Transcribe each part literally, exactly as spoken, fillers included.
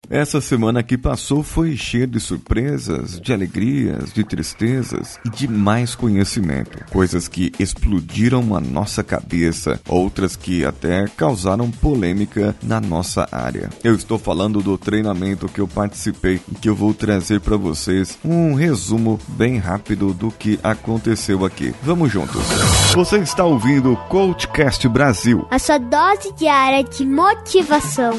Essa semana que passou foi cheia de surpresas, de alegrias, de tristezas e de mais conhecimento. Coisas que explodiram a nossa cabeça, outras que até causaram polêmica na nossa área. Eu estou falando do treinamento que eu participei e que eu vou trazer para vocês um resumo bem rápido do que aconteceu aqui. Vamos juntos. Você está ouvindo o CoachCast Brasil, a sua dose diária de motivação.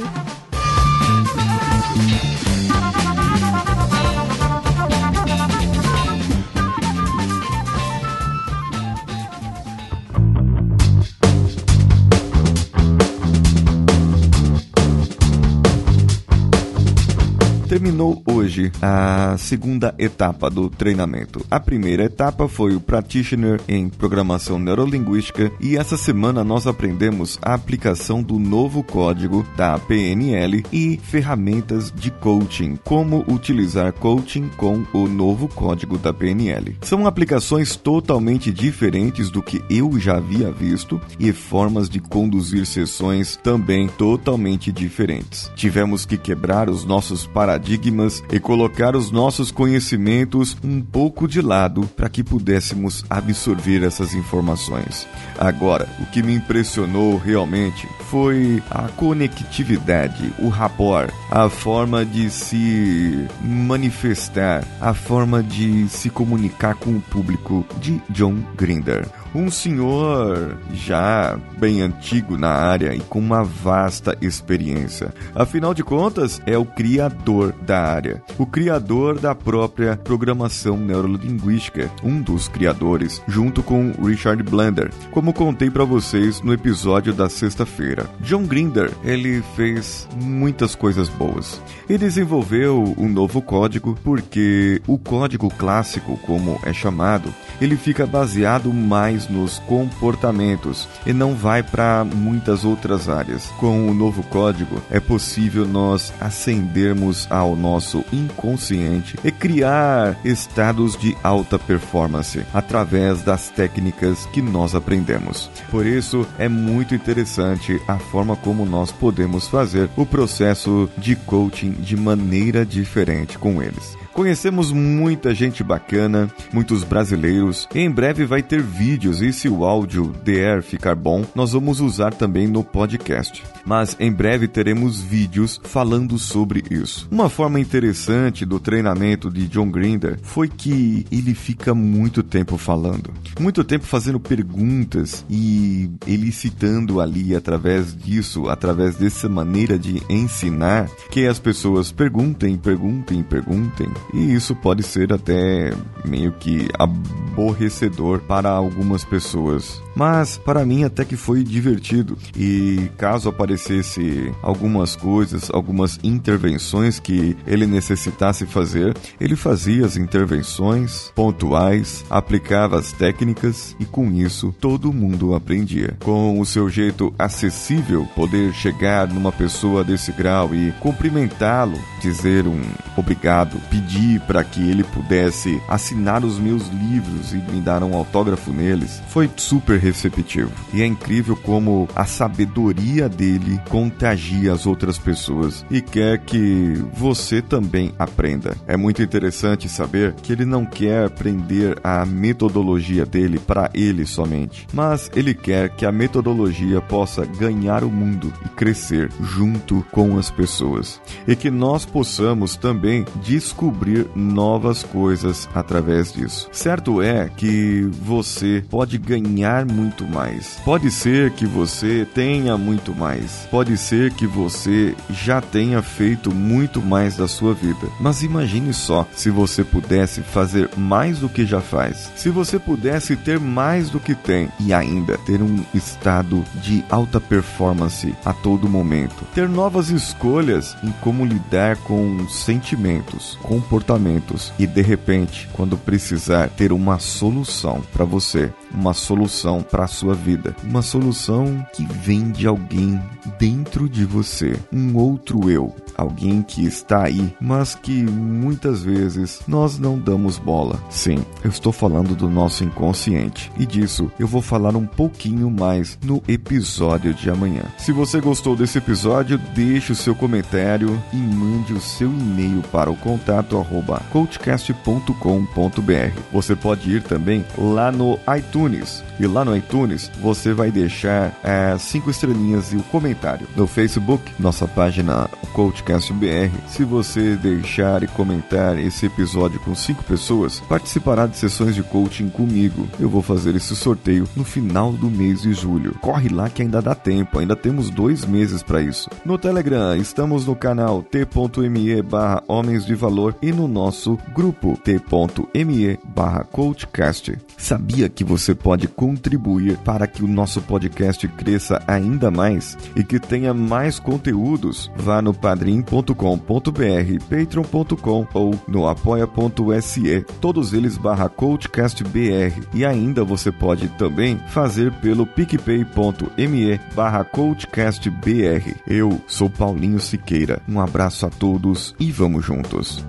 Terminou hoje a segunda etapa do treinamento. A primeira etapa foi o Practitioner em Programação Neurolinguística e essa semana nós aprendemos a aplicação do novo código da P N L e ferramentas de coaching, como utilizar coaching com o novo código da P N L. São aplicações totalmente diferentes do que eu já havia visto e formas de conduzir sessões também totalmente diferentes. Tivemos que quebrar os nossos paradigmas paradigmas e colocar os nossos conhecimentos um pouco de lado para que pudéssemos absorver essas informações. Agora, o que me impressionou realmente foi a conectividade, o rapport, a forma de se manifestar, a forma de se comunicar com o público de John Grinder. Um senhor já bem antigo na área e com uma vasta experiência. Afinal de contas, é o criador da área, o criador da própria programação neurolinguística, um dos criadores, junto com Richard Blender, como contei para vocês no episódio da sexta-feira. John Grinder, ele fez muitas coisas boas. Ele desenvolveu um novo código porque o código clássico, como é chamado, ele fica baseado mais nos comportamentos e não vai para muitas outras áreas. Com o novo código, é possível nós ascendermos ao nosso inconsciente e criar estados de alta performance através das técnicas que nós aprendemos. Por isso, é muito interessante a forma como nós podemos fazer o processo de coaching de maneira diferente com eles. Conhecemos muita gente bacana, muitos brasileiros. Em breve vai ter vídeos e se o áudio der ficar bom, nós vamos usar também no podcast. Mas em breve teremos vídeos falando sobre isso. Uma forma interessante do treinamento de John Grinder foi que ele fica muito tempo falando, muito tempo fazendo perguntas e elicitando ali através disso, através dessa maneira de ensinar, que as pessoas perguntem, perguntem, perguntem. E isso pode ser até meio que aborrecedor para algumas pessoas. Mas para mim até que foi divertido. E caso aparecesse algumas coisas, algumas intervenções que ele necessitasse fazer, ele fazia as intervenções pontuais, aplicava as técnicas e com isso todo mundo aprendia. Com o seu jeito acessível, poder chegar numa pessoa desse grau e cumprimentá-lo, dizer um obrigado, pedir para que ele pudesse assinar os meus livros e me dar um autógrafo neles, foi super receptivo. E é incrível como a sabedoria dele contagia as outras pessoas e quer que você também aprenda. É muito interessante saber que ele não quer aprender a metodologia dele para ele somente, mas ele quer que a metodologia possa ganhar o mundo e crescer junto com as pessoas e que nós possamos também descobrir novas coisas através disso. Certo é que você pode ganhar muito mais. Pode ser que você tenha muito mais. Pode ser que você já tenha feito muito mais da sua vida. Mas imagine só se você pudesse fazer mais do que já faz. Se você pudesse ter mais do que tem e ainda ter um estado de alta performance a todo momento. Ter novas escolhas em como lidar com sentimentos, com comportamentos e, de repente, quando precisar ter uma solução para você, uma solução para a sua vida, uma solução que vem de alguém dentro de você, um outro eu, alguém que está aí, mas que muitas vezes nós não damos bola. Sim, eu estou falando do nosso inconsciente, e disso eu vou falar um pouquinho mais no episódio de amanhã. Se você gostou desse episódio, deixe o seu comentário e mande o seu e-mail para o contato arroba coachcast ponto com ponto br. Você pode ir também lá no iTunes, e lá no iTunes você vai deixar é, cinco estrelinhas e o comentário. No Facebook, nossa página Coachcast B R, se você deixar e comentar esse episódio com cinco pessoas, participará de sessões de coaching comigo. Eu vou fazer esse sorteio no final do mês de julho. Corre lá que ainda dá tempo, ainda temos dois meses para isso. No Telegram, estamos no canal t.me barra Homens de Valor e no nosso grupo t.me barra Coachcast. Sabia que você pode contribuir para que o nosso podcast cresça ainda mais e que tenha mais conteúdos? Vá no padrim ponto com ponto br, patreon ponto com ou no apoia ponto se, todos eles barra coachcastbr. E ainda você pode também fazer pelo picpay ponto me barra coachcastbr. Eu sou Paulinho Siqueira. Um abraço a todos e vamos juntos.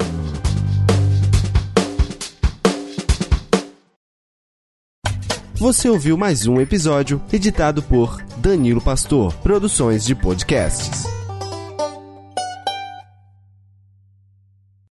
Você ouviu mais um episódio editado por Danilo Pastor, Produções de Podcasts.